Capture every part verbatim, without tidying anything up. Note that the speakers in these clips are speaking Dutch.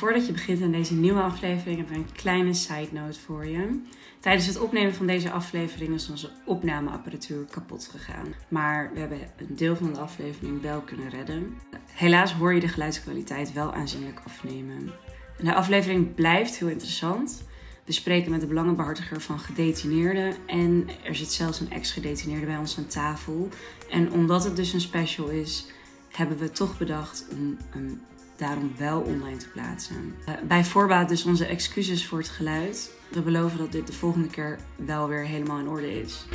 voordat je begint aan deze nieuwe aflevering hebben we een kleine side note voor je. Tijdens het opnemen van deze aflevering is onze opnameapparatuur kapot gegaan. Maar we hebben een deel van de aflevering wel kunnen redden. Helaas hoor je de geluidskwaliteit wel aanzienlijk afnemen. De aflevering blijft heel interessant. We spreken met de belangenbehartiger van gedetineerden en er zit zelfs een ex-gedetineerde bij ons aan tafel. En omdat het dus een special is, hebben we toch bedacht om hem daarom wel online te plaatsen. Uh, bij voorbaat dus onze excuses voor het geluid. We beloven dat dit de volgende keer wel weer helemaal in orde is.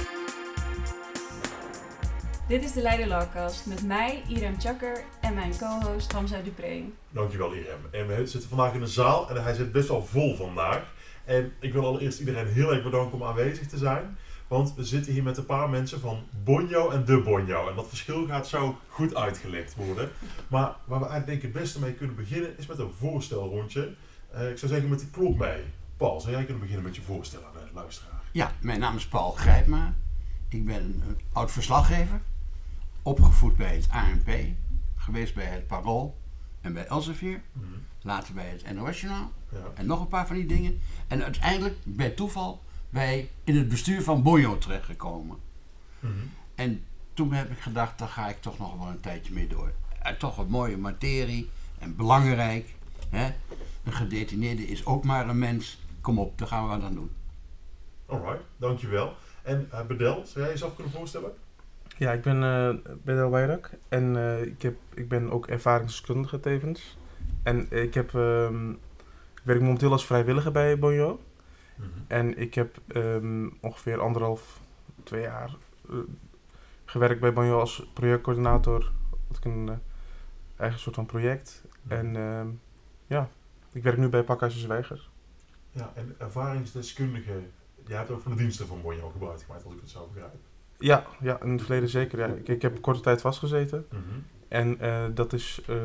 Dit is de Leider Lawcast met mij, Irem Tjakker, en mijn co-host Hamza Dupré. Dankjewel Irem. En we zitten vandaag in een zaal en hij zit best wel vol vandaag. En ik wil allereerst iedereen heel erg bedanken om aanwezig te zijn. Want we zitten hier met een paar mensen van Bonjo en de Bonjo. En dat verschil gaat zo goed uitgelegd worden. Maar waar we eigenlijk denk ik het beste mee kunnen beginnen is met een voorstelrondje. Uh, ik zou zeggen met die klok mee. Paul, zou jij kunnen beginnen met je voorstellen aan de luisteraar? Ja, mijn naam is Paul Grijpma. Ik ben een oud verslaggever. Opgevoed bij het A N P. Geweest bij het Parool en bij Elsevier. Mm-hmm. Later bij het N O S-journaal. Ja. En nog een paar van die dingen. En uiteindelijk bij toeval bij in het bestuur van Bonjo terechtgekomen. Mm-hmm. En toen heb ik gedacht, daar ga ik toch nog wel een tijdje mee door. En toch een mooie materie en belangrijk. Hè? Een gedetineerde is ook maar een mens. Kom op, daar gaan we wat aan doen. Alright, dankjewel. En uh, Bedel, zou jij jezelf kunnen voorstellen? Ja, ik ben uh, Bedel Weirak en uh, ik, heb, ik ben ook ervaringsdeskundige tevens. En ik heb, um, ik werk momenteel als vrijwilliger bij Bonjo. Mm-hmm. En ik heb um, ongeveer anderhalf, twee jaar uh, gewerkt bij Bonjo als projectcoördinator. Had ik een uh, eigen soort van project. Mm-hmm. En uh, ja, ik werk nu bij Pakhuis de Zwijger. Ja, en ervaringsdeskundige, jij hebt ook van de diensten van Bonjo gebruik gemaakt, als ik het zo begrijp. Ja, ja, in het verleden zeker. Ja. Ik, ik heb korte tijd vastgezeten. Mm-hmm. En uh, dat is, uh,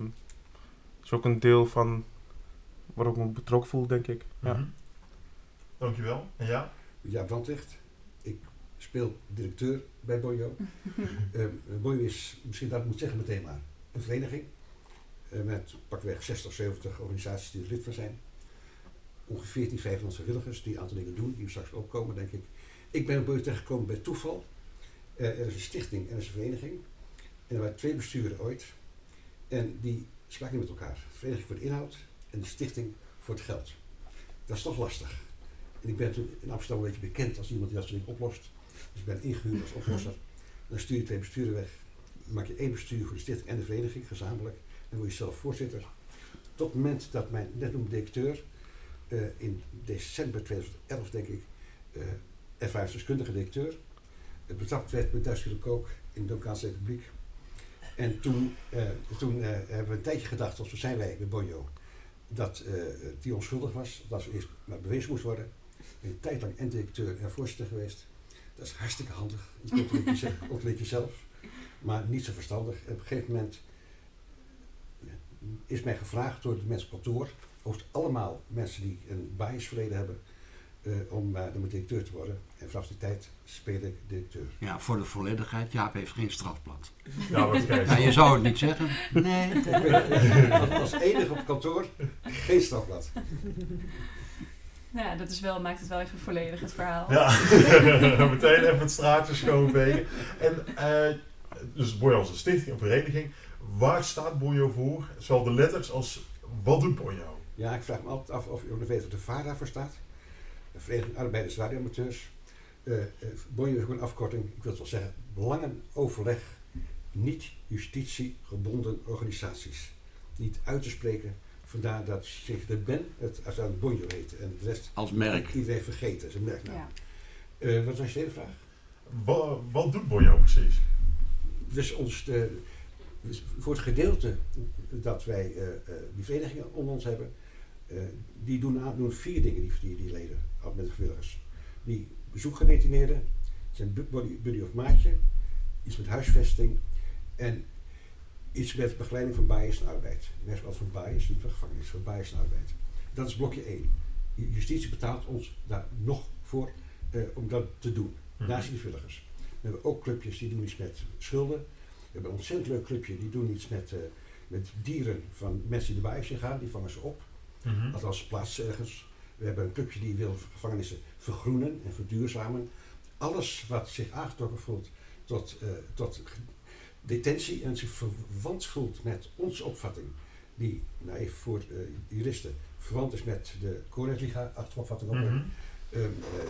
is ook een deel van waar ik me betrokken voel, denk ik. Ja. Mm-hmm. Dankjewel. En ja? Ja, Brandlicht. Ik speel directeur bij Bonjo. uh, Bonjo is, misschien dat moet zeggen meteen maar, een vereniging. Uh, met pakweg zestig, zeventig organisaties die er lid van zijn. Ongeveer veertien, vijfhonderd vrijwilligers die een aantal dingen doen, die er straks opkomen, denk ik. Ik ben op Bonjo terechtgekomen bij toeval. Uh, er is een stichting en er is een vereniging. En er waren twee besturen ooit. En die spraken niet met elkaar. De vereniging voor de inhoud en de stichting voor het geld. Dat is toch lastig. En ik ben toen in Amsterdam een beetje bekend als iemand die dat soort dingen oplost. Dus ik ben ingehuurd als oplosser. Dan stuur je twee besturen weg. Dan maak je één bestuur voor de stichting en de vereniging, gezamenlijk. Dan word je zelf voorzitter. Tot het moment dat mijn net noemde directeur, uh, in december tweeduizend elf denk ik, uh, ervaringsdeskundige directeur, uh, betrapt werd met Duitse kook in de Dominicaanse Republiek. En toen, uh, toen uh, hebben we een tijdje gedacht, zoals we zijn wij bij Bonjo, dat uh, die onschuldig was, dat ze eerst maar bewezen moest worden. Ik ben een tijd lang en directeur en voorzitter geweest. Dat is hartstikke handig. Je ontleed jezelf, maar niet zo verstandig. En op een gegeven moment is mij gevraagd door de mensen op kantoor, over allemaal mensen die een biasverleden hebben, uh, om uh, de directeur te worden. En vanaf die tijd speel ik directeur. Ja, voor de volledigheid, Jaap heeft geen strafblad. Ja, wat ja, je zou het niet zeggen. Nee. Als enige op kantoor, geen strafblad. Ja, dat is wel, maakt het wel even volledig, het verhaal. Ja, meteen even het straatje schoonvegen. En uh, dus Bonjo als een stichting, een vereniging. Waar staat Bonjo voor? Zowel de letters als wat doet Bonjo? Ja, ik vraag me altijd af of je ook nog weet wat de VARA voor staat. De Vereniging Arbeiders Radioamateurs. Uh, uh, Bonjo is gewoon een afkorting, ik wil het wel zeggen, Belangenoverleg Niet Justitiegebonden Organisaties. Niet uit te spreken, vandaar dat zich de Ben het als Bonjo heet en de rest als merk. Iedereen vergeten, is een merknaam. Ja. Uh, wat was je tweede vraag? Wat, wat doet Bonjo precies? Dus ons, uh, dus voor het gedeelte dat wij uh, uh, die verenigingen onder ons hebben, uh, die doen, doen vier dingen, die, die, die leden, met de vrijwilligers. Die bezoekgedetineerden, zijn buddy, buddy of maatje, iets met huisvesting en iets met begeleiding van bias en arbeid. Net zoals van bias, niet van gevangenis, van bias en arbeid. Dat is blokje één. Justitie betaalt ons daar nog voor uh, om dat te doen. Mm-hmm. Naast die vrijwilligers. We hebben ook clubjes die doen iets met schulden. We hebben een ontzettend leuk clubje, die doen iets met uh, met dieren van mensen die de baaiers in gaan, die vangen ze op. Mhm. Althans, plaatsen ze ergens. We hebben een clubje die wil gevangenissen vergroenen en verduurzamen. Alles wat zich aangetrokken voelt tot, uh, tot detentie en zich verwant voelt met onze opvatting, die, nou even voor uh, juristen, verwant is met de Koornherdliga, opvatting op, Mhm. um, uh,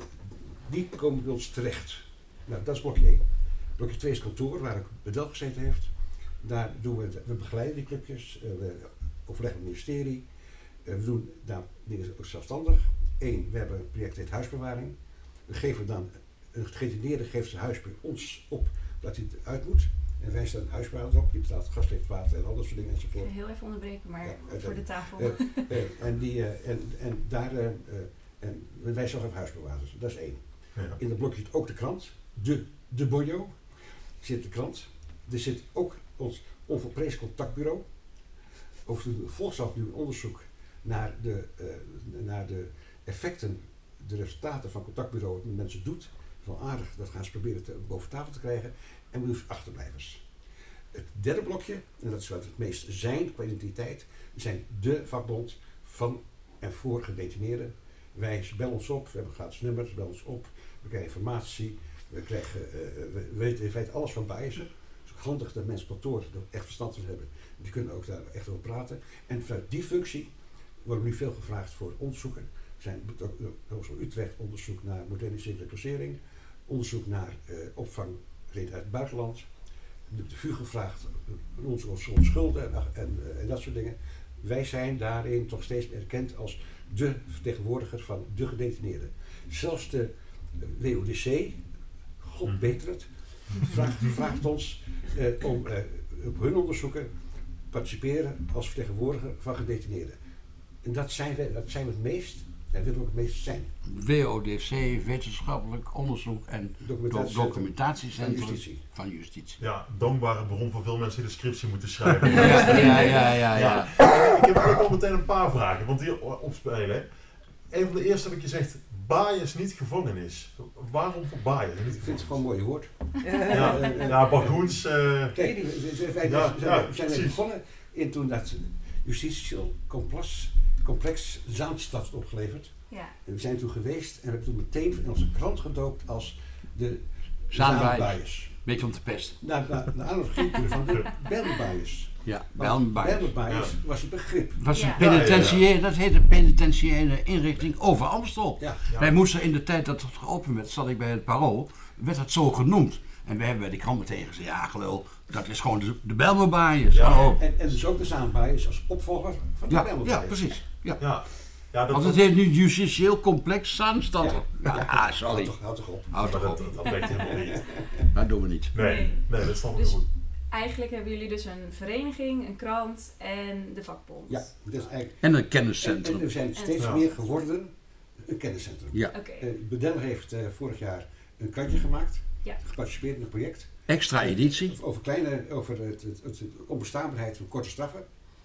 die komen bij ons terecht. Nou, dat is blokje één. Blokje twee is kantoor, waar ik Bedel gezeten heeft. Daar doen we, we begeleiden die clubjes, uh, we overleggen met het ministerie. Uh, we doen daar dingen ook zelfstandig. Eén, we hebben een project dat heet huisbewaring. We geven dan, een gedetineerde geeft zijn huis bij ons op dat hij het uit moet. En wij stellen een huisbewaarder op, die betaalt gas, licht, water en al dat soort dingen Ik enzovoort. ga heel even onderbreken, maar Ja, uh, voor de tafel. Uh, uh, en, die, uh, en, en daar, uh, uh, en wij zorgen voor huisbewaarders, dat is één. Ja. In dat blokje zit ook de krant, de, de Bonjo, zit de krant. Er zit ook ons onverprezen contactbureau. Overigens doet Volkskrant nu een onderzoek naar de, uh, naar de effecten, de resultaten van contactbureau, wat met mensen doet. Dat is wel aardig, dat gaan ze proberen te, boven tafel te krijgen. En we doen achterblijvers. Het derde blokje, en dat is wat het meest zijn qua identiteit, zijn de vakbond van en voor gedetineerden. Wij bellen ons op, we hebben gratis nummers, bellen ons op, we krijgen informatie, we, krijgen, uh, we, weten, we weten alles van biasen. Het is ook handig dat mensen op kantoor er echt verstand van hebben. Die kunnen ook daar echt over praten. En vanuit die functie worden nu veel gevraagd voor onderzoeken. Er zijn ook Hogeschool Utrecht onderzoek naar modernisering en klassering, onderzoek naar uh, opvang uit het buitenland. De, de V U gevraagd, onze schulden en, en, en dat soort dingen. Wij zijn daarin toch steeds meer erkend als de vertegenwoordiger van de gedetineerden. Zelfs de W O D C, God beter het, vraagt, vraagt ons uh, om uh, op hun onderzoeken participeren als vertegenwoordiger van gedetineerden. En dat zijn we, dat zijn we het meest en willen we ook het meest zijn. W O D C, wetenschappelijk onderzoek en Documentatiecentrum, documentatiecentrum van justitie. Van justitie. Ja, dankbare bron voor veel mensen die de scriptie moeten schrijven. Ja, ja, ja, ja, ja. Ik heb ook al meteen een paar vragen, want die opspelen. Een van de eerste heb ik gezegd, bias niet gevangenis. Waarom voor bias niet Ik vind het gevangenis? gewoon een mooi woord. Ja, ja Bagoens. Uh, Kijk, wij, wij, Ja, wij, ja, we zijn precies. begonnen in toen dat justitieel complex, complex Zaanstad werd opgeleverd. Ja. En we zijn toen geweest en we hebben toen meteen in onze krant gedoopt als de Zaanbias. Zaanbias. Beetje om te pesten. Na, na, na aanloop van de Bijlmerbias. Ja, Want Bijlmerbias. Bijlmerbias Ja. was het begrip. Was een Ja. penitentiaire, dat heette penitentiaire inrichting over Amstel. Ja. Ja. Wij moesten in de tijd dat het geopend werd, zat ik bij het Parool, werd het zo genoemd. En wij hebben bij de krant meteen gezegd, ja gelul, dat is gewoon de, de Bijlmerbias. Ja. Hallo. En, en dus ook de Zaanbias als opvolger van de Ja, Bijlmerbias. ja, precies. Ja. ja. Ja, dat, Want het heet nu justitieel complex Zaanstad. Ja, Ja, ja. ah, sorry. Houd toch, houd toch op. Houd maar toch dat, op. dat, dat werkt helemaal niet. Dat doen we niet. Nee, Nee. nee, dat snap ik Dus goed. eigenlijk hebben jullie dus een vereniging, een krant en de vakbond. Ja, dat is eigenlijk. En een En, kenniscentrum. en we zijn steeds Ja. meer geworden een kenniscentrum. Ja, Oké. Uh, Bedel heeft uh, vorig jaar een krantje gemaakt, Ja. geparticipeerd in een project. extra editie. Over, kleine, over het, het, het, het onbestaanbaarheid van korte straffen.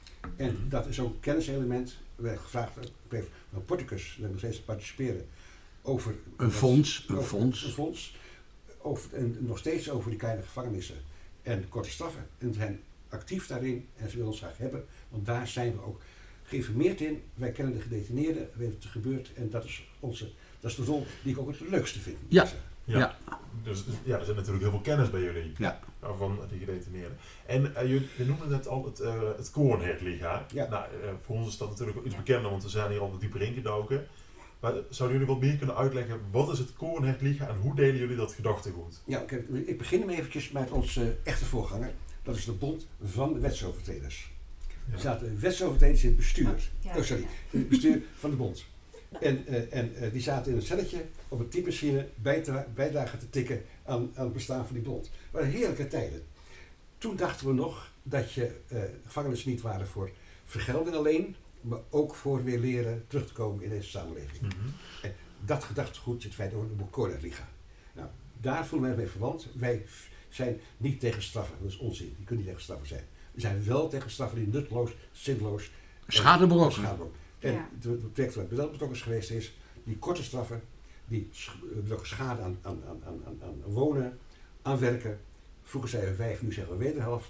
En dat is ook een kenniselement. We hebben gevraagd van Porticus, we nog steeds te participeren. Over Een fonds, een over, fonds. Een fonds. Over, en nog steeds over die kleine gevangenissen en korte straffen. En we zijn actief daarin en ze willen ons graag hebben. Want daar zijn we ook geïnformeerd in. Wij kennen de gedetineerden, we weten wat er gebeurt. En dat is, onze, dat is de rol die ik ook het leukste vind. moet ik Ja. zeggen. Ja. Ja. Dus, dus ja, er zit natuurlijk heel veel kennis bij jullie. Ja. Van die gedetineerden. En uh, je, je noemde net al het, uh, het Koornherdliga. Ja. Nou, uh, voor ons is dat natuurlijk wel iets bekender, want we zijn hier al wat dieper ingedoken. Maar zouden jullie wat meer kunnen uitleggen, wat is het Koornherdliga en hoe delen jullie dat gedachtegoed? Ja, kijk, ik begin hem eventjes met onze uh, echte voorganger. Dat is de Bond van de Wetsovertreders. Ja. Er zaten wetsovertreders in het bestuur. Ja. Oh, sorry, in het bestuur van de Bond. En, uh, en uh, die zaten in een celletje op een typemachine bijtra- bijdragen te tikken aan, aan het bestaan van die Bond. Het waren heerlijke tijden. Toen dachten we nog dat je uh, gevangenissen niet waren voor vergelding alleen, maar ook voor weer leren terug te komen in deze samenleving. Mm-hmm. En dat gedachtegoed zit feit over de Koornherdliga. Nou, daar voelen wij mee verwant. Wij f- zijn niet tegen straffen, dat is onzin. Die kunnen niet tegen straffen zijn. We zijn wel tegen straffen die nutteloos, zinloos Schade berokkenen. schade berokkenen. En Ja. het project waar Bedel betrokken is geweest is, die korte straffen, die sch- berokkenen schade aan, aan, aan, aan, aan wonen, aan werken. Vroeger zeiden we vijf, nu zeggen we wederhelft.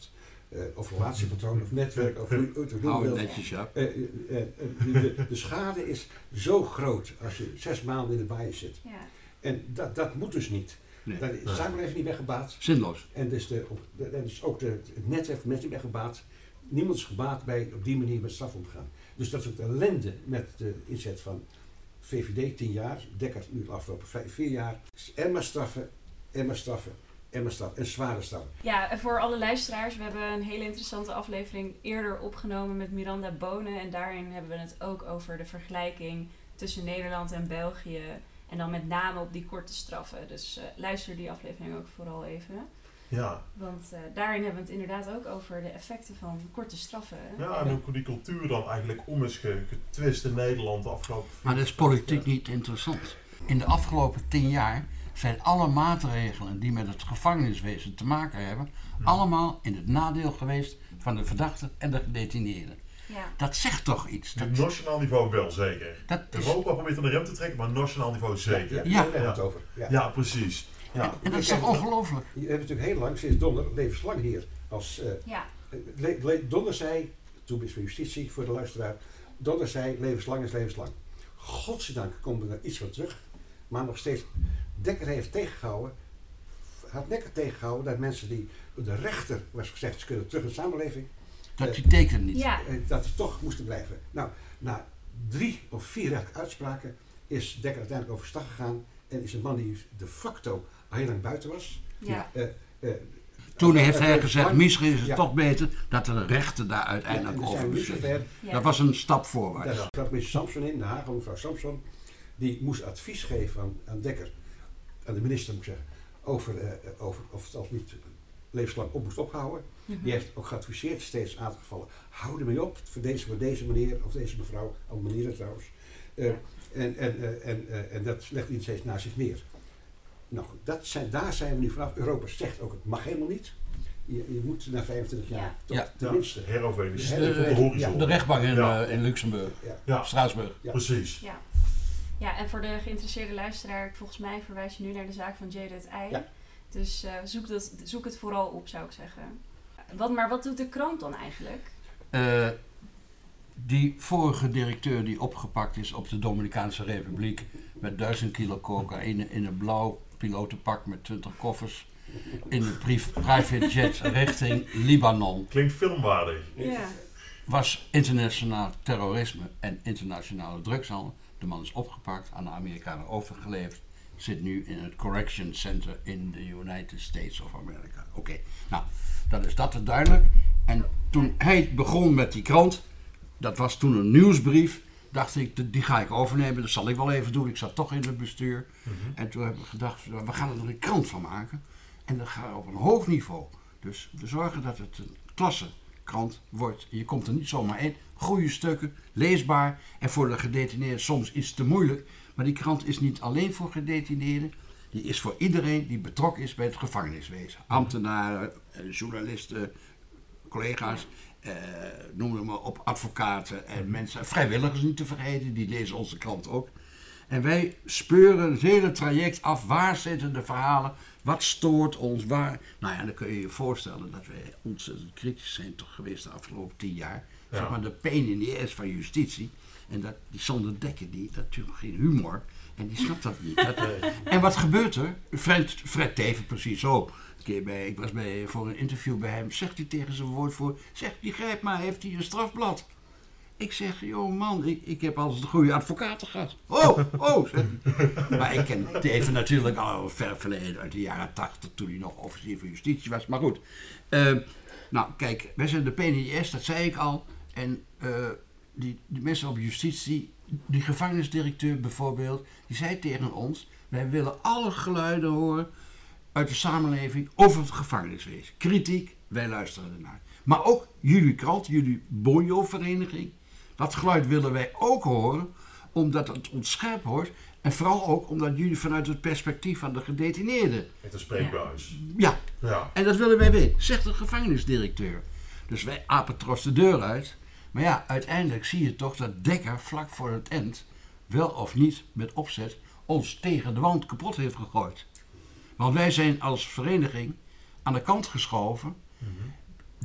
uh, of relatiepatroon, of netwerk, of hoe je het noemen Hou wilt. netjes, ja. Uh, uh, uh, de, de schade is zo groot als je zes maanden in de baai zit. Ja. En dat, dat moet dus niet. Nee. Daar is de samenleving niet bij gebaat. Zinloos. En dus, de, de, en dus ook de, het netwerk van mensen niet bij gebaat. Niemand is gebaat bij op die manier met straf omgaan. Dus dat is ook de ellende met de inzet van V V D tien jaar, Dekker nu de afgelopen vijf, vier jaar. En maar straffen, en maar straffen, en maar straffen. En zware straffen. Ja, en voor alle luisteraars, we hebben een hele interessante aflevering eerder opgenomen met Miranda Bonen. En daarin hebben we het ook over de vergelijking tussen Nederland en België. En dan met name op die korte straffen. Dus uh, luister die aflevering ook vooral even. Ja. Want uh, daarin hebben we het inderdaad ook over de effecten van korte straffen. Ja, en hoe die cultuur dan eigenlijk om is getwist in Nederland de afgelopen vier, Maar dat is politiek niet interessant. In de afgelopen tien jaar zijn alle maatregelen die met het gevangeniswezen te maken hebben, Hmm. allemaal in het nadeel geweest van de verdachten en de gedetineerden. Ja. Dat zegt toch iets? Dat, Op nationaal niveau wel, zeker. dat is, Europa probeert aan de rem te trekken, maar nationaal niveau zeker. Ja, Ja. daar hebben we het over. Ja. Ja, precies. Ja. en dat is toch ongelooflijk? Je hebt natuurlijk heel lang, sinds Donner, levenslang hier. Als, uh, Ja. le, le, Donner zei, toen is voor justitie, voor de luisteraar, Donner zei levenslang is levenslang. Godzijdank komt er iets van terug, maar nog steeds, Dekker heeft tegengehouden, had Dekker tegengehouden dat mensen die door de rechter was gezegd, ze kunnen terug in de samenleving, Dat uh, die teken niet. Ja. uh, dat die toch moesten blijven. Nou, na drie of vier rechtelijke uitspraken is Dekker uiteindelijk overstag gegaan en is een man die de facto al heel lang buiten was. Ja. Uh, uh, Toen als- heeft als- hij als- gezegd, lang- misschien is het Ja. toch beter dat de rechter daar Ja, en uiteindelijk dan zijn over we nu beslissen. zover. Ja. Dat was een stap voorwaarts. Daar zat minister Samson in, de Haag, mevrouw Samson. Die moest advies geven aan, aan Dekker, aan de minister moet ik zeggen, over, uh, over of het al niet levenslang op moest ophouden. Mhm. Die heeft ook geadviseerd, steeds aangevallen, hou ermee op, voor deze, voor deze meneer of deze mevrouw, al meneer trouwens. Uh, en, en, uh, en, uh, en dat legt hij steeds naast zich neer. Nou goed, dat zijn, daar zijn we nu vanaf. Europa zegt ook, het mag helemaal niet. Je, je moet na vijfentwintig jaar Ja. tot Ja. tenminste. Ja, heroverweging. Dus Tot de- de horizon. De rechtbank in, Ja. uh, in Luxemburg, Ja, Straatsburg. Ja. precies. Ja. Ja, en voor de geïnteresseerde luisteraar, volgens mij verwijs je nu naar de zaak van Judith Ei. Ja. Dus uh, zoek, dat, zoek het vooral op, zou ik zeggen. Wat, maar wat doet de krant dan eigenlijk? Uh, die vorige directeur die opgepakt is op de Dominicaanse Republiek met duizend kilo cocaïne in een blauw pilotenpak met twintig koffers in een pri- private jet richting Libanon, Klinkt filmwaardig. Ja. was internationaal terrorisme en internationale drugshandel. De man is opgepakt, aan de Amerikanen overgeleverd, zit nu in het Correction Center in de United States of America. Oké, okay. Nou, dat is dat te duidelijk. En toen hij begon met die krant, dat was toen een nieuwsbrief, dacht ik, die ga ik overnemen, dat zal ik wel even doen. Ik zat toch in het bestuur. Mm-hmm. En toen hebben we gedacht, we gaan er een krant van maken. En dat gaat op een hoog niveau. Dus we zorgen dat het een klasse krant wordt. Je komt er niet zomaar in. Goede stukken, leesbaar. En voor de gedetineerden soms iets te moeilijk. Maar die krant is niet alleen voor gedetineerden. Die is voor iedereen die betrokken is bij het gevangeniswezen. Ambtenaren, journalisten, collega's. Uh, noem het maar op, advocaten en mensen, vrijwilligers niet te vergeten, die lezen onze krant ook. En wij speuren het hele traject af, waar zitten de verhalen, wat stoort ons, waar... Nou ja, dan kun je je voorstellen dat wij ontzettend kritisch zijn toch geweest de afgelopen tien jaar. Ja. Zeg maar de pain in the ass van justitie. En dat, die Sander Dekker, die heeft natuurlijk geen humor. En die snapt dat niet. Dat, Nee. en wat gebeurt er? Fred, Fred Teven precies zo. Een keer bij, ik was bij, voor een interview bij hem. Zegt hij tegen zijn woordvoerder. Zegt die grijp maar, heeft hij een strafblad? Ik zeg, joh man, ik, ik heb altijd een goede advocaten gehad. Oh, oh, zegt hij. Maar ik ken Teven natuurlijk al ver verleden, uit de jaren tachtig, toen hij nog officier van justitie was. Maar goed. Uh, nou, kijk, wij zijn de P N I S, dat zei ik al. En uh, die, die mensen op justitie, die gevangenisdirecteur bijvoorbeeld, die zei tegen ons, wij willen alle geluiden horen uit de samenleving over het gevangeniswezen. Kritiek, wij luisteren ernaar. Maar ook jullie krant, jullie Bonjo-vereniging, dat geluid willen wij ook horen, omdat het ons scherp wordt. En vooral ook omdat jullie vanuit het perspectief van de gedetineerden. Het een spreekbuis. Ja, Ja. en dat willen wij weten, zegt de gevangenisdirecteur. Dus wij apen trots de deur uit. Maar ja, uiteindelijk zie je toch dat Dekker vlak voor het eind, wel of niet met opzet, ons tegen de wand kapot heeft gegooid. Want wij zijn als vereniging aan de kant geschoven. Mm-hmm.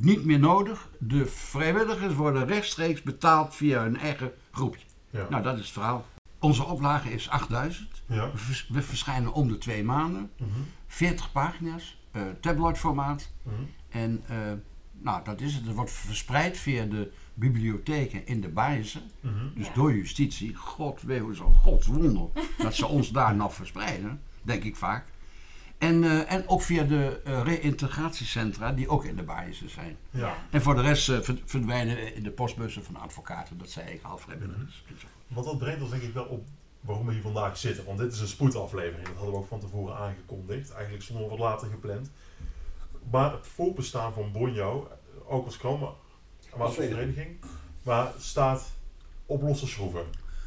niet meer nodig. De vrijwilligers worden rechtstreeks betaald via hun eigen groepje. Ja. Nou, dat is het verhaal. Onze oplage is achtduizend. Ja. We, vers- we verschijnen om de twee maanden. Mhm. veertig pagina's, uh, tabloidformaat. Mhm. En uh, nou, dat is het. Het wordt verspreid via de bibliotheken in de Baaiense. Mhm. Dus Ja. door justitie. God weet hoe zo'n godswonder dat ze ons daar nog verspreiden. Denk ik vaak. En, uh, en ook via de uh, reïntegratiecentra die ook in de Baaiense zijn. Ja. En voor de rest uh, ver- verdwijnen in de postbussen van advocaten. Dat zijn eigenlijk half vrijwilligers. Want dat brengt ons denk ik wel op waarom we hier vandaag zitten. Want dit is een spoedaflevering. Dat hadden we ook van tevoren aangekondigd. Eigenlijk stonden we wat later gepland. Maar het voorbestaan van Bonjo, ook als krant, maar maar als vereniging, maar staat op losse schroeven.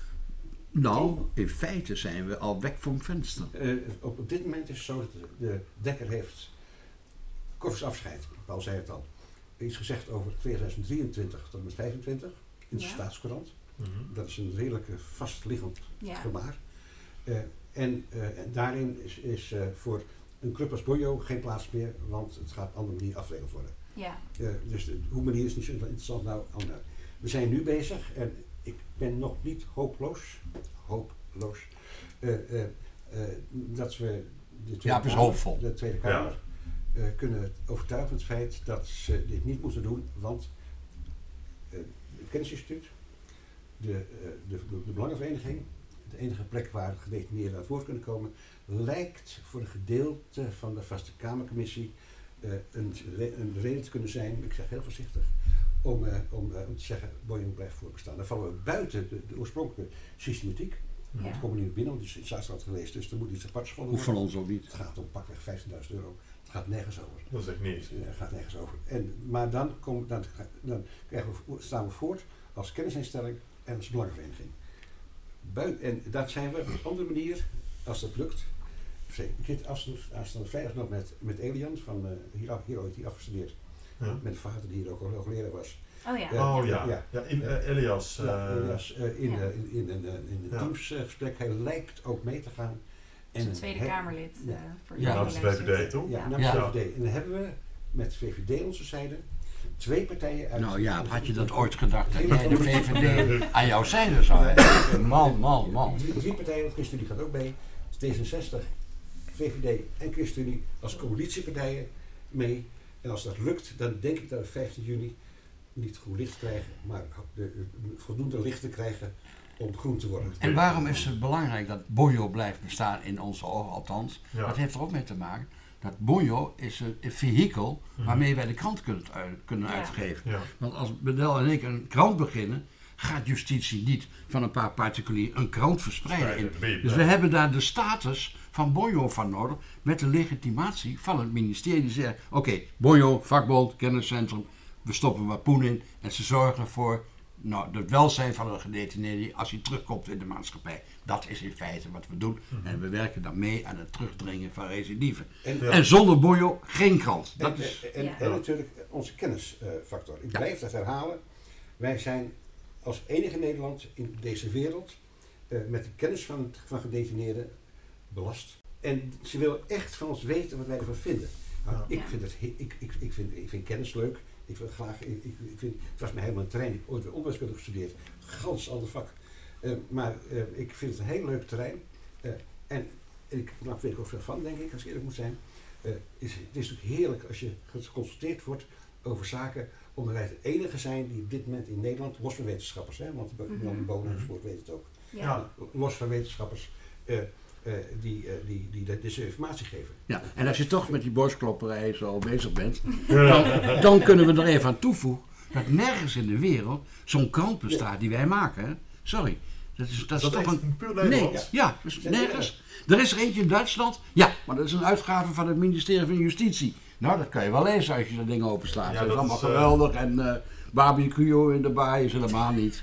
Nou, in feite zijn we al weg van het venster. Uh, op, op dit moment is het zo dat de, de Dekker heeft kort afscheid. Paul zei het al. Iets gezegd over tweeduizend drieëntwintig tot en met vijfentwintig in de Ja. Staatscourant. Mhm. Dat is een redelijk uh, vastliggend Ja. gemaar. Uh, en, uh, en daarin is, is uh, voor een club als Bonjo geen plaats meer, want het gaat op een andere manier afgeregeld worden. Ja. Uh, dus de, hoe manier is niet zo interessant. Nou, oh, nou, we zijn nu bezig en ik ben nog niet hopeloos, hopeloos, uh, uh, uh, dat we de Tweede, Ja, het is Kamer, hoopvol. de Tweede Kamer uh, kunnen overtuigen van het feit dat ze dit niet moeten doen, want uh, het kennisinstituut, de, uh, de, de, de belangenvereniging, de enige plek waar gedetineerden aan het woord kunnen komen, lijkt voor een gedeelte van de Vaste Kamercommissie uh, een, een reden te kunnen zijn, ik zeg heel voorzichtig, om, uh, om, uh, om te zeggen, Bonjo blijft voortbestaan. Dan vallen we buiten de, de oorspronkelijke systematiek. Ja. We komen niet binnen, want het is in Staatsraad geweest, dus er moet iets aparts gevonden Hoeft van worden. ons ook niet. Het gaat om pakweg vijftienduizend euro. Het gaat nergens over. Dat is echt niets. Het uh, gaat nergens over. En, maar dan, komen, dan, dan krijgen we, staan we voort als kennisinstelling en als belangenvereniging. Bui- en dat zijn we op een andere manier, als dat lukt. Ik zit aanstaande vrijdag nog met, met Elian, van, uh, hier, hier ooit hier afgestudeerd. Ja. Met de vader die hier ook al hoogleraar was. Oh ja. Ja. Oh ja, Ja. ja. in uh, Elias. Uh, Ja, Elias, uh, in, Ja. uh, in, in, in, in, in een Ja. teamsgesprek, hij lijkt ook mee te gaan. Is een En Tweede hij- Kamerlid. Ja. Uh, voor Ja, jullie namens de V V D, luistert. toch? Ja, Ja. namens Ja. de V V D. En dan hebben we met de V V D onze zijde twee partijen uit... Nou ja, had je dat ooit gedacht dat jij de V V D aan jouw zijde zou hebben? Man, man, man. Drie, drie partijen, ChristenUnie gaat ook mee. D zesenzestig, V V D en ChristenUnie als coalitiepartijen mee. En als dat lukt, dan denk ik dat we vijftien juni niet goed licht krijgen, maar de, de, voldoende licht te krijgen om groen te worden. En waarom is het belangrijk dat Bonjo blijft bestaan in onze ogen althans? Ja. Dat heeft er ook mee te maken dat Bonjo is een, een vehikel waarmee wij de krant kunnen, uit- kunnen Ja. uitgeven. Ja. Want als Bedel en ik een krant beginnen, gaat justitie niet van een paar particulieren een krant verspreiden. In. Verspreiden, Dus we nee. hebben daar de status van Bonjo van nodig, met de legitimatie van het ministerie. Die zegt, oké, okay, Bonjo, vakbond, kenniscentrum, we stoppen wat poen in en ze zorgen ervoor, nou, het welzijn van een gedetineerde als hij terugkomt in de maatschappij. Dat is in feite wat we doen. Mhm. En we werken dan mee aan het terugdringen van recidieven. En, Ja. En zonder Bonjo geen krant. Dat en, is... en, Ja. en natuurlijk onze kennisfactor. Ik Ja. blijf dat herhalen. Wij zijn als enige Nederland in deze wereld uh, met de kennis van, van gedetineerden belast. En ze willen echt van ons weten wat wij ervan vinden. Nou, Ja. ik, Ja. vind het, he- ik, ik, ik, vind, ik vind kennis leuk. Ik wil graag, ik, ik ik vind, het was mij helemaal een terrein. Ik heb ooit weer onderwijskunde gestudeerd. Gans ander vak. Uh, maar uh, ik vind het een heel leuk terrein. Uh, en ik daar weet ik ook veel van, denk ik, als ik eerlijk moet zijn. Uh, is, het is natuurlijk heerlijk als je geconsulteerd wordt over zaken, omdat wij het enige zijn die op dit moment in Nederland, los van wetenschappers, hè, want Jan Mhm. Bonen enzovoort weet het ook, Ja. Ja. los van wetenschappers, uh, uh, die, uh, die, die de- deze informatie geven. Ja, en als je toch met die borstklopperij zo bezig bent, Ja. dan, dan kunnen we er even aan toevoegen dat nergens in de wereld zo'n krant bestaat die wij maken. Hè? Sorry. Dat is, dat Dat is is toch echt een... een puur Nee, Nederlands. ja, dus nergens. Er is er eentje in Duitsland. Ja, maar dat is een uitgave van het ministerie van Justitie. Nou, dat kan je wel lezen als je dat ding openslaat. Ja, dat is dat allemaal is, uh, geweldig. En uh, barbecue in de baai is helemaal niet.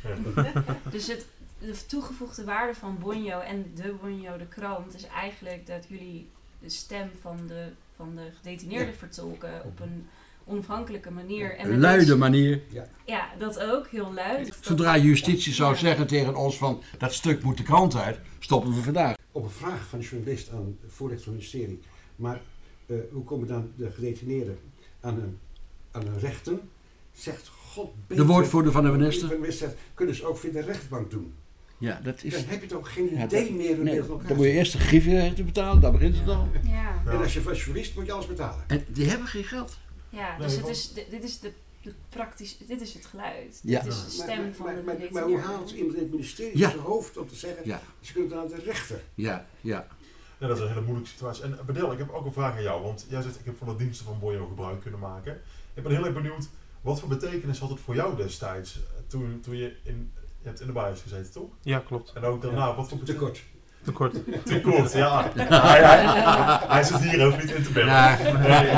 Dus het, de toegevoegde waarde van Bonjo en de Bonjo de krant is eigenlijk dat jullie de stem van de, van de gedetineerden Ja. vertolken op een onafhankelijke manier. En Een met luide ons- manier. Ja, dat ook, heel luid. Dat- Zodra justitie zou Ja. zeggen tegen ons van dat stuk moet de krant uit, stoppen we vandaag. Op een vraag van een journalist aan de voorlichter van het ministerie, maar uh, hoe komen dan de gedetineerden aan hun aan een rechter zegt, god beter... De woordvoerder van de minister. Van de minister kunnen ze ook via de rechtbank doen. Ja, dat is... Dan heb je toch geen Ja, idee dat- meer hoe nee, dit elkaar dan moet je zit. eerst de griffie betalen, daar begint het al. Ja. Ja. En als je, als je verliest, moet je alles betalen. En die hebben geen geld. Ja, Nee, dus het want- is, dit is de, de praktisch, dit is het geluid. Ja. Dit is de stem maar, van maar, de maar, maar, maar gedetineerde. hoe haalt iemand in het ministerie Ja. zijn hoofd om te zeggen, Ja, ze kunnen het aan de rechter. ja, ja. Ja, dat is een hele moeilijke situatie. En Bedel, ik heb ook een vraag aan jou, want jij zegt ik heb van de diensten van Bonjo gebruik kunnen maken. Ik ben heel erg benieuwd, wat voor betekenis had het voor jou destijds, toen, toen je in, je hebt in de bias gezeten, toch? Ja, klopt. En ook daarna, wat voor Te betekenis? kort. Te kort. Te kort, ja. Hij, hij, hij zit hier ook niet in te bellen. Ja. Nee.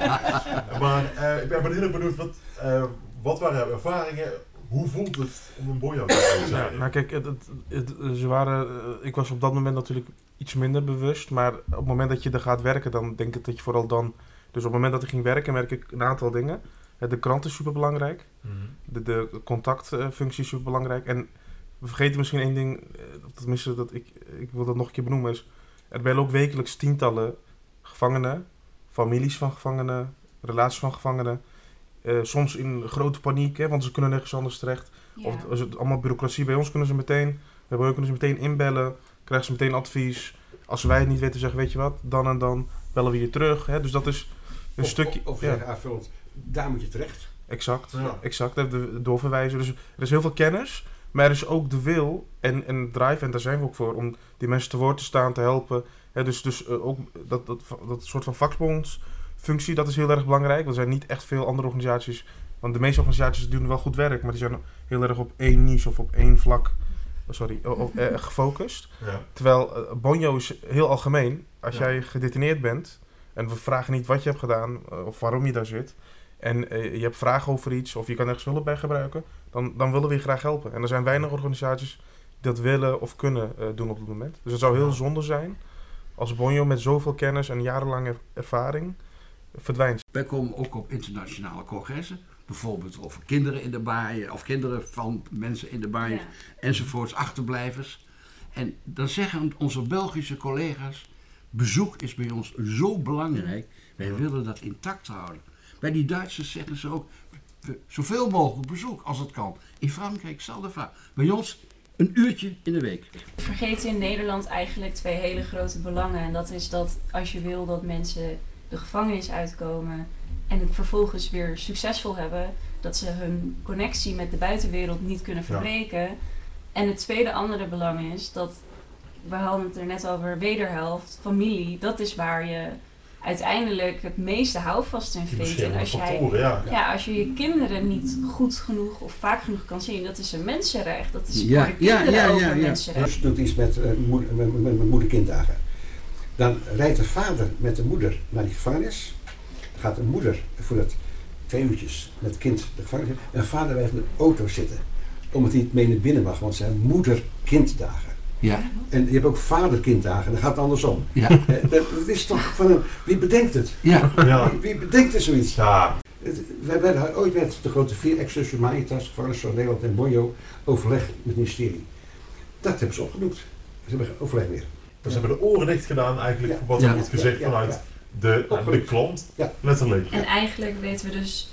Maar uh, ik ben heel erg benieuwd, wat, uh, wat waren jouw ervaringen? Hoe voelt het om een Bonjo te zijn? Ja, nou kijk, het, het, het- ze waren, eh, ik was op dat moment natuurlijk iets minder bewust, maar op het moment dat je er gaat werken, dan denk ik dat je vooral dan, dus op het moment dat ik ging werken, merk ik een aantal dingen. Eh, De krant is super belangrijk, Mm-hmm. de, de contactfunctie is super belangrijk en we vergeten misschien één ding, eh, of tenminste dat ik, ik wil dat nog een keer benoemen, is er bellen ook wekelijks tientallen gevangenen, families van gevangenen, relaties van gevangenen. Eh, soms in grote paniek, hè, want ze kunnen nergens anders terecht. Ja. Of als het allemaal bureaucratie. Bij ons kunnen ze meteen, bij ons kunnen ze meteen inbellen, krijgen ze meteen advies. Als wij het niet weten, zeggen weet je wat, dan en dan bellen we je terug. Hè? Dus dat is een Of, stukje. of, of ja, zeggen aanvullend, daar moet je terecht. exact, Ja. exact. De, de doorverwijzen. Dus er is heel veel kennis, maar er is ook de wil en, en drive, en daar zijn we ook voor, om die mensen te woord te staan, te helpen. Hè? Dus, dus uh, ook dat, dat, dat soort van vakbondsfunctie, dat is heel erg belangrijk. Er zijn niet echt veel andere organisaties. Want de meeste organisaties doen wel goed werk, maar die zijn heel erg op één niche of op één vlak sorry, op, eh, gefocust. Ja. Terwijl uh, Bonjo is heel algemeen. Als Ja. jij gedetineerd bent en we vragen niet wat je hebt gedaan uh, of waarom je daar zit. En uh, je hebt vragen over iets of je kan ergens hulp bij gebruiken, dan, dan willen we je graag helpen. En er zijn weinig organisaties die dat willen of kunnen uh, doen op dit moment. Dus het zou heel zonde zijn als Bonjo met zoveel kennis en jarenlange ervaring verdwijnt. Wij komen ook op internationale congressen. Bijvoorbeeld over kinderen in de baai, of kinderen van mensen in de baai, Ja. enzovoorts, achterblijvers. En dan zeggen onze Belgische collega's, bezoek is bij ons zo belangrijk, wij willen dat intact houden. Bij die Duitsers zeggen ze ook, we- zoveel mogelijk bezoek als het kan. In Frankrijk, hetzelfde vraag. Bij ons een uurtje in de week. We vergeten in Nederland eigenlijk twee hele grote belangen. En dat is dat als je wil dat mensen de gevangenis uitkomen en het vervolgens weer succesvol hebben, dat ze hun connectie met de buitenwereld niet kunnen verbreken. En het tweede andere belang is dat, we hadden het er net over, wederhelft, familie, dat is waar je uiteindelijk het meeste houvast in Die vindt. En beschermende als jij, factoren, ja. ja, als je je kinderen niet goed genoeg of vaak genoeg kan zien, dat is een mensenrecht. Dat is Ja, voor de ja, kinderen ja, ook ja, een ja. mensenrecht. Dus doet iets met, uh, moeder, met, met, met moeder-kinddagen. Dan rijdt de vader met de moeder naar die gevangenis. Dan gaat de moeder voor dat twee uurtjes met het kind de gevangenis in. En de vader blijft in de auto zitten. Omdat hij het mee naar binnen mag, want het zijn moeder-kinddagen. Ja, En je hebt ook vader-kinddagen, dan gaat het andersom. ja, Eh, dat, dat is toch van een, wie bedenkt het? ja. Ja. Wie, wie bedenkt er zoiets? Ja. Het, wij werden ooit met de grote vier, Excelsior, Humanitas, Gevangenis van Nederland en Bonjo, overleg met het ministerie. Dat hebben ze opgenoemd. Ze hebben geen overleg meer. Dus ze hebben de oren dicht gedaan eigenlijk Ja. voor wat Ja. er wordt gezegd Ja, ja, vanuit ja. De, de Opgelucht. klant. Ja. Letterlijk. En eigenlijk weten we dus,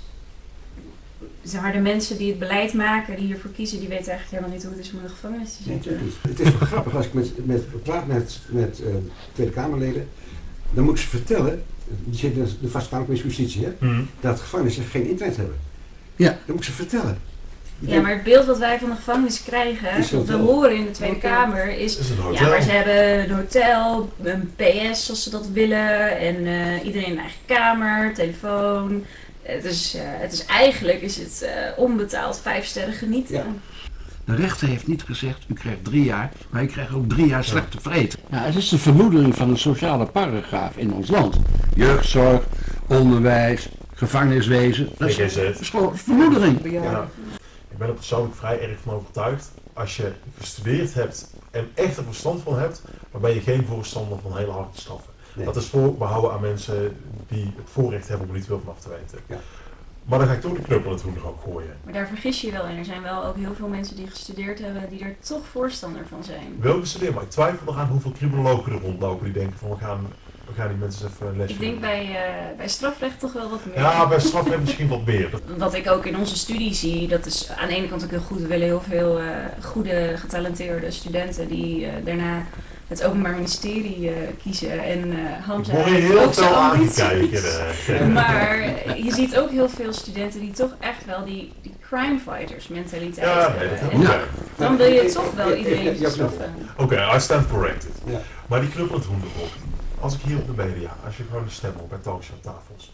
zeg maar, de mensen die het beleid maken, die hiervoor kiezen, die weten eigenlijk helemaal niet hoe het is om in de gevangenis te Nee, zitten. natuurlijk niet. Het is wel grappig als ik met, met, praat met, met uh, Tweede Kamerleden, dan moet ik ze vertellen, die zitten in de Vaste Kamercommissie Justitie, hè, Mhm. dat gevangenissen geen internet hebben. Ja. Dan moet ik ze vertellen. Ja, maar het beeld wat wij van de gevangenis krijgen, Is wat we hotel. horen in de Tweede Hotel. Kamer, is... Is het een Ja, hotel? maar ze hebben een hotel, een P S als ze dat willen, en eh, iedereen een eigen kamer, telefoon. Het is, eh, het is eigenlijk is het eh, onbetaald vijf sterren genieten. Ja. De rechter heeft niet gezegd, u krijgt drie jaar, maar u krijgt ook drie jaar slechte vreten. Ja, het is de vermoedering van een sociale paragraaf in ons land. Jeugdzorg, onderwijs, gevangeniswezen. Dat is, P G Z. dat is gewoon vermoedering. Ja. Ik ben er persoonlijk vrij erg van overtuigd. Als je gestudeerd hebt en echt er verstand van hebt, dan ben je geen voorstander van hele harde straffen. Nee. Dat is voorbehouden aan mensen die het voorrecht hebben om er niet veel van af te weten. Ja. Maar dan ga ik toch de knuppel in het hoenderhok gooien. Maar daar vergis je je wel in. Er zijn wel ook heel veel mensen die gestudeerd hebben die er toch voorstander van zijn. Wel gestudeerd, maar ik twijfel nog aan hoeveel criminologen er rondlopen die denken van we gaan, we gaan die mensen eens even een lesje Ik denk doen. bij, uh, bij strafrecht toch wel wat meer. Ja, bij strafrecht misschien wat meer. Wat ik ook in onze studie zie, dat is aan de ene kant ook heel goed. We willen heel veel uh, goede, getalenteerde studenten die uh, daarna het Openbaar Ministerie uh, kiezen en uh, Ik handhaven. word hier heel ook veel zijn ambities. aangekijken. Uh, Maar je ziet ook heel veel studenten die toch echt wel die, die crime fighters mentaliteit ja, hebben. nee, dat En heb ik Ja. ook. dan wil je toch wel Even- iedereen even jouw straffen. Oké, okay, I stand corrected. Ja. Maar die knuppel in het hoenderhok. Als ik hier op de media, als je gewoon de stem op bij talkshowtafels.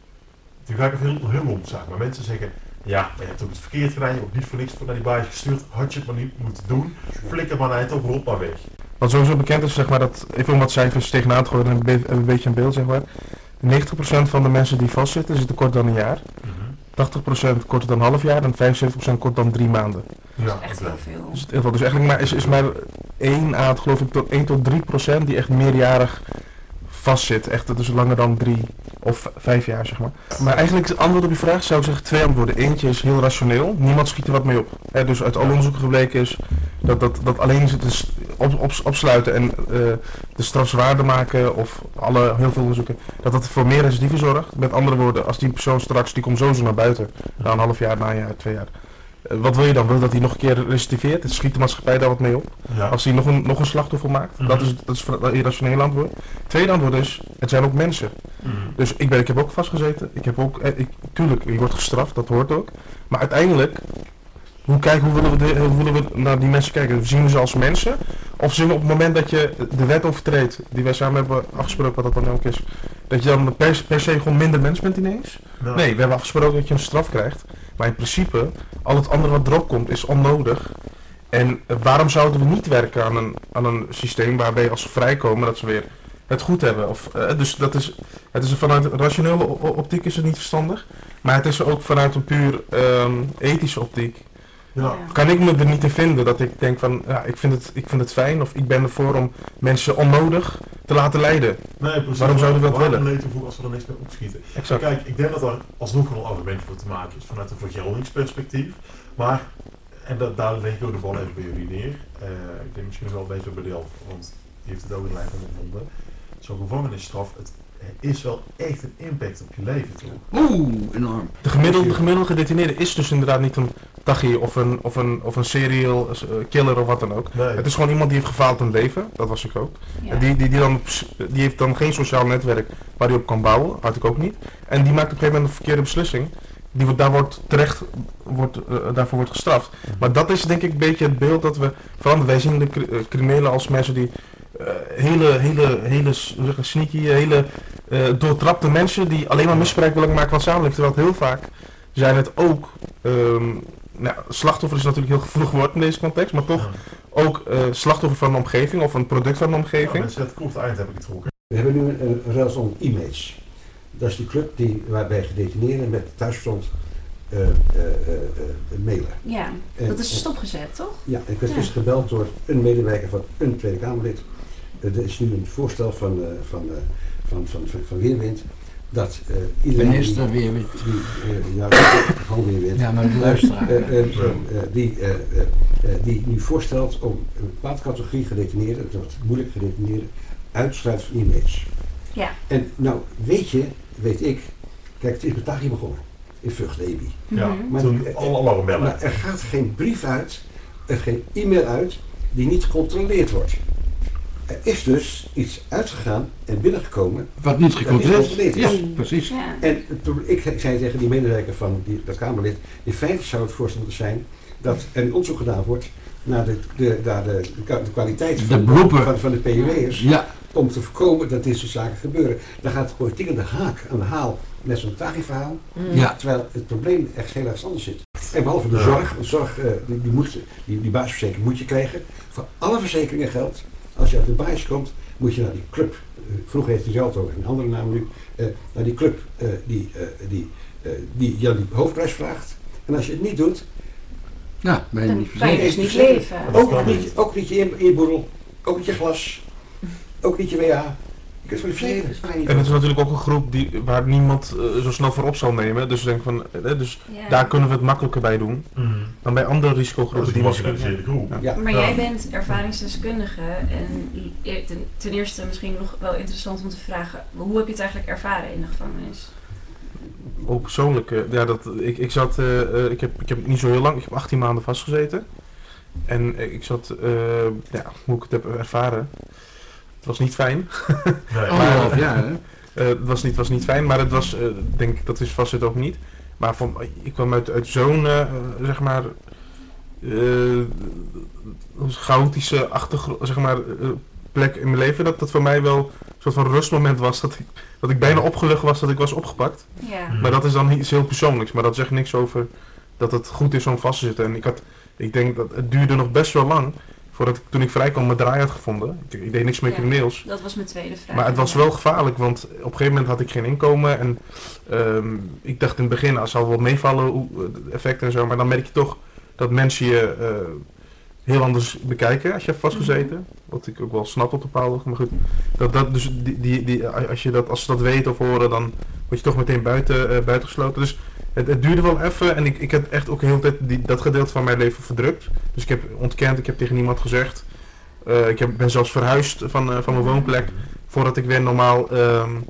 Nu ga ik het heel, heel omzaken. Maar mensen zeggen, ja, je hebt ook het verkeerd gedaan. Je hebt ook niet voor niks naar die baas gestuurd. Had je het maar niet moeten doen. Flikker maar naar het op, rot maar weg. Wat sowieso bekend is, zeg maar, dat, even om wat cijfers tegenaan te gooien en een, be- een beetje een beeld, zeg maar. negentig procent van de mensen die vastzitten, zitten korter dan een jaar. Mm-hmm. tachtig procent korter dan een half jaar en vijfenzeventig procent korter dan drie maanden. Ja, Echt oké. heel veel. Dus, het, heel veel. Dus eigenlijk maar, is, is maar één à, geloof ik, tot één tot drie procent die echt meerjarig vastzit. Echt, dus langer dan drie of vijf jaar, zeg maar. Maar eigenlijk het antwoord op je vraag zou ik zeggen twee antwoorden. Eentje is heel rationeel. Niemand schiet er wat mee op. Hè, dus uit alle onderzoeken gebleken is dat, dat, dat alleen zitten s- op, op, opsluiten en uh, de straf zwaarder maken of alle, heel veel onderzoeken, dat dat voor meer recidieven zorgt. Met andere woorden, als die persoon straks, die komt sowieso naar buiten, na een half jaar, na een jaar, twee jaar. Uh, wat wil je dan? Wil je dat hij nog een keer recidiveert? Het schiet de maatschappij daar wat mee op? Ja. Als hij nog een, nog een slachtoffer maakt? Mhm. Dat is dat is het irrationele antwoord. Tweede antwoord is, het zijn ook mensen. Mm. Dus ik, ben, ik heb ook vastgezeten. Ik heb ook, eh, ik, tuurlijk, je wordt gestraft, dat hoort ook. Maar uiteindelijk, hoe, kijken, hoe, willen, we de, hoe willen we naar die mensen kijken? Zien we ze als mensen? Of zien we op het moment dat je de wet overtreedt, die wij samen hebben afgesproken, wat dat dan ook is, dat je dan per, per se gewoon minder mens bent ineens? Nou, Nee, we hebben afgesproken dat je een straf krijgt. Maar in principe, al het andere wat erop komt, is onnodig. En uh, waarom zouden we niet werken aan een, aan een systeem waarbij als ze vrijkomen dat ze weer het goed hebben? Of, uh, dus dat is, het is vanuit rationele o- optiek is het niet verstandig. Maar het is ook vanuit een puur um, ethische optiek. ja. Kan ik me er niet in vinden dat ik denk van, ja, ik vind het, ik vind het fijn of ik ben ervoor om mensen onnodig te laten lijden. Nee, precies. Waarom zouden we dat Waarom willen? leed toevoegen als we er niks mee opschieten? Exact. Kijk, ik denk dat er alsnog wel een argument voor te maken is vanuit een vergeldingsperspectief. Maar, en dat, daar leg ik ook de bal even bij jullie neer. Uh, ik denk misschien nog wel een beetje bij Delft, want die heeft het ook in lijf ondervonden. Zo'n gevangenisstraf, het is wel echt een impact op je leven, toch? Oeh, enorm. De gemiddelde, de gemiddelde gedetineerde is dus inderdaad niet een taghi of een, of een, of een serial uh, killer of wat dan ook. Nee. Het is gewoon iemand die heeft gefaald in het leven, dat was ik ook. Ja. En die, die, die, dan, die heeft dan geen sociaal netwerk waar hij op kan bouwen, had ik ook niet. En die maakt op een gegeven moment een verkeerde beslissing. Die wordt, daar wordt terecht wordt, uh, daarvoor wordt gestraft. Maar dat is denk ik een beetje het beeld dat we veranderen. Wij zien de cri- uh, criminelen als mensen die uh, hele, hele, hele hoe zeg je, sneaky, hele uh, doortrapte mensen die alleen maar misbruik willen maken van de samenleving. Terwijl het heel vaak zijn het ook, um, nou, slachtoffer is natuurlijk heel gevoelig woord in deze context, maar toch Ja. ook uh, slachtoffer van de omgeving of een product van de Ja, omgeving. mensen, het korte eind heb ik getrokken. We hebben nu een, een Relson Image. Dat is die club die, waarbij gedetineerden met thuisfront uh, uh, uh, uh, mailen. Ja, En- dat is en- stopgezet, toch? Ja, ik werd Ja. gisteren gebeld door een medewerker van een Tweede Kamerlid. Uh, er is nu een voorstel van, uh, van, uh, van, van, van, van Weerwind dat uh, iedereen Minister die, weer. die, uh, ja, gewoon Weerwind, Ja, maar de luisteraar. uh, uh, uh, die, uh, uh, uh, die nu voorstelt om een bepaalde categorie gedetineerden, dat wordt moeilijk gedetineerden, uit te sluiten van Image. Ja. En nou, weet je, weet ik, kijk, het is met Taghi begonnen, in Vught, de E B I. Ja, Mhm. Maar- toen alle alarmbellen. Maar er gaat geen brief uit, er geen e-mail uit, die niet gecontroleerd wordt. Er is dus iets uitgegaan en binnengekomen. Wat niet gecontroleerd gecontroleerd is. is. Ja, precies. Ja. En het probleem- ik, ik zei tegen die medewerker van die, dat Kamerlid, in feite zou het voorstel moeten zijn dat er een onderzoek gedaan wordt naar de, de, naar de, de, kwa- de kwaliteit De van, beroepen. van, van de P O W'ers. Ja, Om te voorkomen dat dit soort zaken gebeuren. Dan gaat de politiek aan de haak, aan de haal met zo'n Taghi-verhaal. ja. Terwijl het probleem echt heel erg anders zit. En behalve de Ja. zorg, de zorg uh, die, die, moet, die, die basisverzekering moet je krijgen. Voor alle verzekeringen geldt, als je uit de basis komt, moet je naar die club. Uh, vroeger heeft hij zelf over een andere naam nu. Uh, naar die club uh, die, uh, die, uh, die jou die hoofdprijs vraagt. En als je het niet doet, Ja, ben je Dan niet kan je verzekerd. dus niet leven. ook kan niet, niet. ook niet je in- inboedel, ook niet je glas, ook niet je W A. Je kunt van die vereniging. En het is natuurlijk ook een groep die, waar niemand uh, zo snel voor op zal nemen. Dus, denk van, uh, dus Ja. daar kunnen we het makkelijker bij doen Mm. dan bij andere Dat risicogroepen. is Die een misschien, gemarginaliseerde groep. Ja. Maar Ja. jij bent ervaringsdeskundige en e- ten, ten eerste misschien nog wel interessant om te vragen, hoe heb je het eigenlijk ervaren in de gevangenis? ook persoonlijk, uh, ja, dat, ik, ik zat, uh, uh, ik, heb, ik heb niet zo heel lang, ik heb achttien maanden vastgezeten. En uh, ik zat, uh, ja, hoe ik het heb ervaren, het was niet fijn. Nee. Anderhalf jaar, hè? Uh, het was niet, was niet fijn, maar het was, uh, denk ik, dat is vastzitten ook niet. Maar van, ik kwam uit, uit zo'n, uh, zeg maar, uh, chaotische achtergrond, zeg maar, uh, plek in mijn leven, dat dat voor mij wel een soort van rustmoment was, dat ik, dat ik bijna opgelucht was dat ik was opgepakt. Ja. Mm. Maar dat is dan iets heel persoonlijks, maar dat zegt niks over dat het goed is om vast te zitten. En ik had, ik denk dat het duurde nog best wel lang voordat ik, toen ik vrij kwam, mijn draai had gevonden. Ik, ik deed niks meer Ja. crimineels. Dat was mijn tweede vraag. Maar het was wel gevaarlijk, want op een gegeven moment had ik geen inkomen en um, ik dacht in het begin, het zal wel meevallen, hoe, de effecten en zo, maar dan merk je toch dat mensen je uh, heel anders bekijken als je hebt vastgezeten. Mm-hmm. Wat ik ook wel snap op een bepaalde hoogte, maar goed. Dat, dat, dus die, die, die, als, je dat, als ze dat weten of horen, dan word je toch meteen buiten, uh, buitengesloten. Dus het, het duurde wel even en ik, ik heb echt ook de hele tijd die, dat gedeelte van mijn leven verdrukt. Dus ik heb ontkend, ik heb tegen niemand gezegd. Uh, ik heb, ben zelfs verhuisd van, uh, van mijn woonplek voordat ik weer normaal um,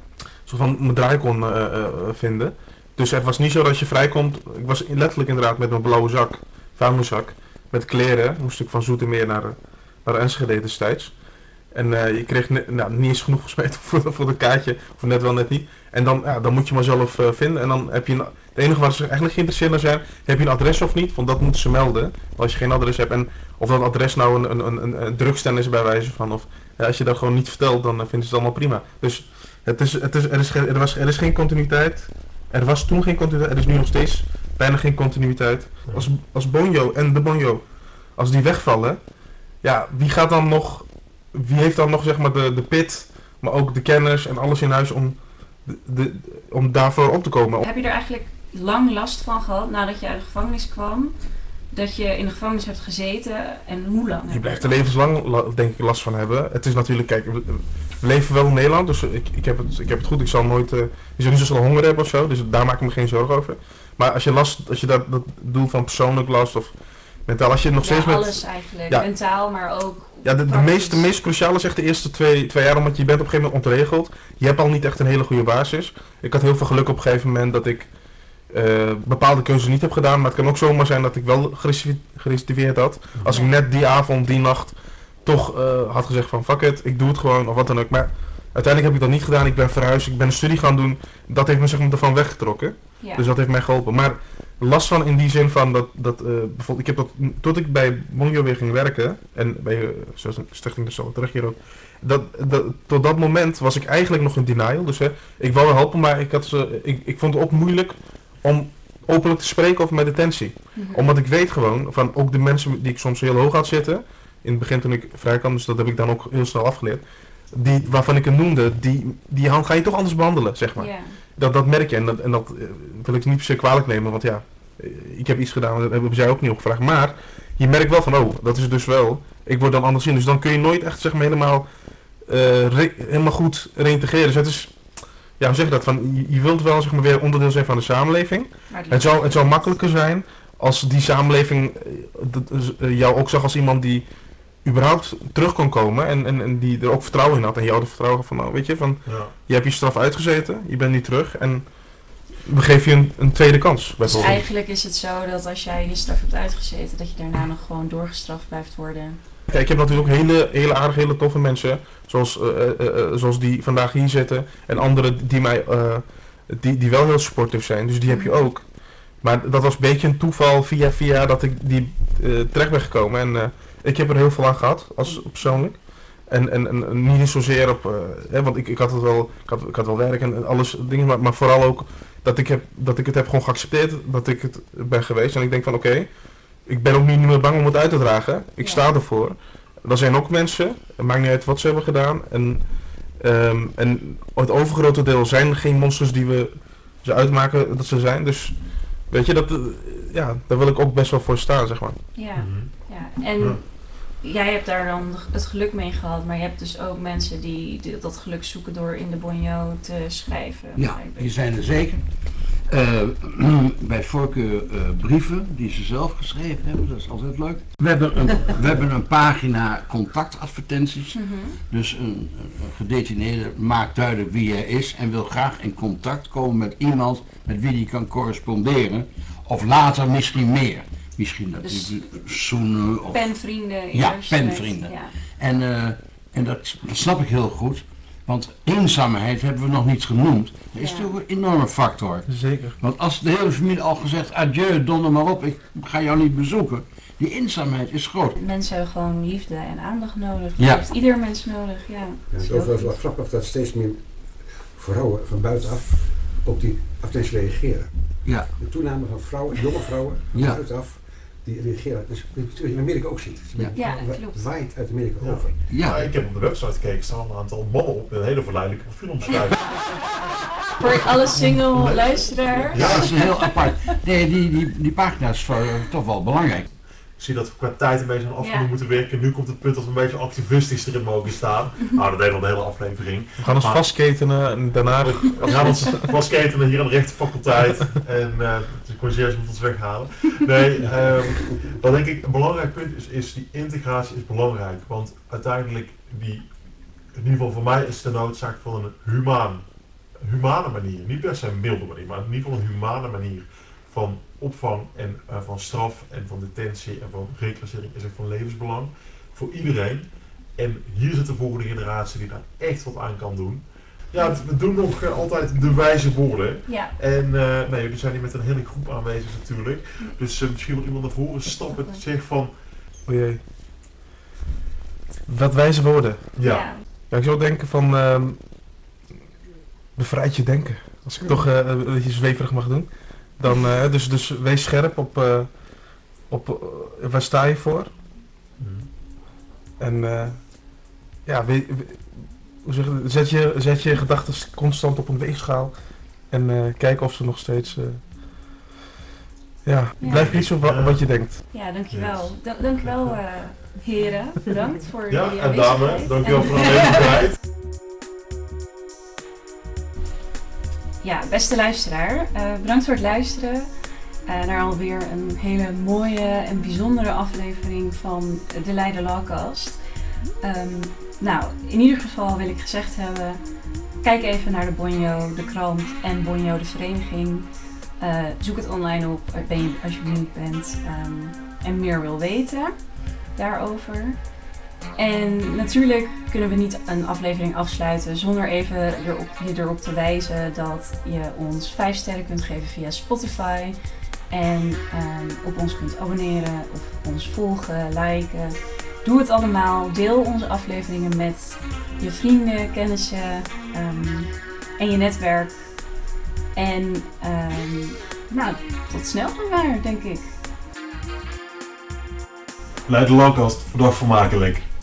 zo van mijn draai kon uh, uh, vinden. Dus het was niet zo dat je vrijkomt. Ik was letterlijk inderdaad met mijn blauwe zak, vuilniszak, met kleren. Moest ik van Zoetermeer naar, naar Enschede destijds. En uh, je kreeg ne- nou, niet eens genoeg gesmeten voor, voor het kaartje, of net wel net niet. En dan, ja, dan moet je maar zelf uh, vinden. En dan heb je een, het enige waar ze eigenlijk geïnteresseerd naar zijn, heb je een adres of niet? Want dat moeten ze melden. Maar als je geen adres hebt en of dat adres nou een, een, een, een, een drugstent is bij wijze van, of ja, als je dat gewoon niet vertelt, dan uh, vinden ze het allemaal prima. Dus het is, het is, er, is geen, er, was, er is geen continuïteit. Er was toen geen continuïteit, er is nu nog steeds bijna geen continuïteit. Als, als Bonjo en de Bonjo, als die wegvallen, ja, wie gaat dan nog, wie heeft dan nog zeg maar de, de pit, maar ook de kennis en alles in huis om, de, de, om daarvoor op te komen? Heb je er eigenlijk lang last van gehad nadat je uit de gevangenis kwam? Dat je in de gevangenis hebt gezeten en hoe lang? Je blijft er levenslang denk ik last van hebben. Het is natuurlijk, kijk, we, we leven wel in Nederland, dus ik, ik, heb, het, ik heb het goed. Ik zal nooit, uh, je zal niet zo snel honger hebben of zo, dus daar maak ik me geen zorgen over. Maar als je last, als je dat, dat doel van persoonlijk last of mentaal, als je nog ja, steeds met... alles eigenlijk. Ja. Mentaal, maar ook Ja, de, de, meest, de meest cruciale is echt de eerste twee, twee jaar, omdat je bent op een gegeven moment ontregeld. Je hebt al niet echt een hele goede basis. Ik had heel veel geluk op een gegeven moment dat ik uh, bepaalde keuzes niet heb gedaan. Maar het kan ook zomaar zijn dat ik wel gerecidiveerd had. Als ik net die avond, die nacht, toch uh, had gezegd van fuck it, ik doe het gewoon of wat dan ook. Maar uiteindelijk heb ik dat niet gedaan. Ik ben verhuisd, ik ben een studie gaan doen. Dat heeft me zeg maar ervan weggetrokken. Ja. Dus dat heeft mij geholpen. Maar last van in die zin van dat, dat uh, bijvoorbeeld, ik heb dat, tot ik bij Bonjo weer ging werken, en bij uh, zoals een stichting de Zal terug hier ook, dat, dat, tot dat moment was ik eigenlijk nog in denial. Dus hè, ik wou wel helpen, maar ik, had, uh, ik, ik vond het ook moeilijk om openlijk te spreken over mijn detentie. Mm-hmm. Omdat ik weet gewoon, van ook de mensen die ik soms heel hoog had zitten, in het begin toen ik vrij kwam, dus dat heb ik dan ook heel snel afgeleerd, die, waarvan ik het noemde, die, die ga je toch anders behandelen, zeg maar. Ja. Dat, dat merk je en dat, en dat uh, wil ik niet per se kwalijk nemen, want ja, ik heb iets gedaan, dat hebben zij ook niet opgevraagd. Maar je merkt wel van, oh, dat is het dus wel. Ik word dan anders in. Dus dan kun je nooit echt zeg maar helemaal, uh, re- helemaal goed reintegreren. Dus het is, ja, hoe zeg je dat? Van, je, je wilt wel zeg maar weer onderdeel zijn van de samenleving. Het zou, het zou makkelijker zijn als die samenleving uh, jou ook zag als iemand die überhaupt terug kon komen en, en, en die er ook vertrouwen in had. En jou er vertrouwen van, nou weet je, van, ja. Je hebt je straf uitgezeten, je bent nu terug en we geven je een, een tweede kans. Dus eigenlijk is het zo dat als jij je straf hebt uitgezeten, dat je daarna nog gewoon doorgestraft blijft worden. Kijk, ik heb natuurlijk ook hele, hele aardige, hele toffe mensen, zoals, uh, uh, uh, zoals die vandaag hier zitten en anderen die mij, uh, die, die wel heel supportief zijn, dus die heb je ook. Maar dat was een beetje een toeval via via dat ik die uh, terecht ben gekomen en uh, ik heb er heel veel aan gehad, als persoonlijk. En, en, en niet zozeer op, uh, hè, want ik, ik had het wel, ik had, ik had wel werk en alles dingen, maar, maar vooral ook dat ik, heb, dat ik het heb gewoon geaccepteerd, dat ik het ben geweest. En ik denk van oké, okay, ik ben ook niet meer bang om het uit te dragen. Ik ja. sta ervoor. Er zijn ook mensen, het maakt niet uit wat ze hebben gedaan. En, um, en het overgrote deel zijn geen monsters die we ze uitmaken dat ze zijn. Dus weet je, dat, uh, ja, daar wil ik ook best wel voor staan, zeg maar. Ja, mm-hmm. ja. en... Ja. jij hebt daar dan het geluk mee gehad, maar je hebt dus ook mensen die, die dat geluk zoeken door in de Bonjo te schrijven. Ja, die zijn er zeker. Uh, bij voorkeur uh, brieven die ze zelf geschreven hebben, dat is altijd leuk. We hebben een, we hebben een pagina contactadvertenties. Mm-hmm. Dus een, een gedetineerde maakt duidelijk wie hij is en wil graag in contact komen met iemand met wie hij kan corresponderen. Of later misschien meer. Misschien dat dus hij zoenen of... penvrienden. Ja, eerst penvrienden. Met, ja. En, uh, en dat, dat snap ik heel goed. Want eenzaamheid hebben we nog niet genoemd. Dat is ja. natuurlijk een enorme factor. Zeker. Want als de hele familie al gezegd, adieu, donder maar op, ik ga jou niet bezoeken. Die eenzaamheid is groot. Mensen hebben gewoon liefde en aandacht nodig. Dat ja. heeft ieder mens nodig, ja. ja het is overigens wel grappig dat steeds meer vrouwen van buitenaf op die advertenties reageren. Ja. De toename van vrouwen, jonge vrouwen van ja. buitenaf, die reageren. Dus wat je in Amerika ook ziet. Ja, ja klopt. Waait uit Amerika ja. over. Ja. Ja, ik heb op de website gekeken, er staan een aantal mannen op met een hele verleidelijke filmschrijver. Voor alle single nee. luisteraars. Ja, dat is heel apart. Nee, die, die, die pagina is voor, uh, toch wel belangrijk. Ik zie dat we qua tijd een beetje aan afvoering ja. moeten werken. Nu komt het punt dat we een beetje activistisch erin mogen staan. Nou, dat deden we de hele aflevering. We gaan ons maar, vastketenen en daarna... We gaan ons vastketenen hier aan de rechtenfaculteit. En uh, de conciërge moet ons weghalen. Nee, um, wat denk ik een belangrijk punt is, is die integratie is belangrijk. Want uiteindelijk, die, in ieder geval voor mij is de noodzaak van een humaan, humane manier. Niet per se een milde manier, maar in ieder geval een humane manier van opvang en uh, van straf en van detentie en van reclassering is echt van levensbelang voor iedereen. En hier zit de volgende generatie die daar echt wat aan kan doen. Ja, we doen nog uh, altijd de wijze woorden. Ja. En uh, nee, jullie zijn hier met een hele groep aanwezig natuurlijk. Dus uh, misschien wil iemand naar voren stappen en zeggen van... O jee. Wat wijze woorden. Ja. ja. Ja, ik zou denken van... Uh, bevrijd je denken. Als ik ja. toch uh, een beetje zweverig mag doen. Dan, uh, dus, dus wees scherp op, uh, op uh, waar sta je voor. Mm. En uh, ja, we, we, hoe zeg je, zet je, zet je gedachten constant op een weegschaal. En uh, kijk of ze nog steeds... Uh, ja, ja, blijf niet zo wa- wat je denkt. Ja, dankjewel. Yes. Da- dankjewel uh, heren. Bedankt voor ja, jullie en dames, dankjewel en... voor de aanwezigheid. Ja, beste luisteraar, uh, bedankt voor het luisteren uh, naar alweer een hele mooie en bijzondere aflevering van de Leiden Lawcast. Um, nou, in ieder geval wil ik gezegd hebben, kijk even naar de Bonjo, de krant en Bonjo, de vereniging. Uh, zoek het online op ben je, als je benieuwd bent um, en meer wil weten daarover. En natuurlijk kunnen we niet een aflevering afsluiten zonder even erop, je erop te wijzen dat je ons vijf sterren kunt geven via Spotify. En um, op ons kunt abonneren of ons volgen, liken. Doe het allemaal. Deel onze afleveringen met je vrienden, kennissen um, en je netwerk. En um, nou, tot snel dan maar, denk ik. Leiden Lawcast, verdacht vermakelijk.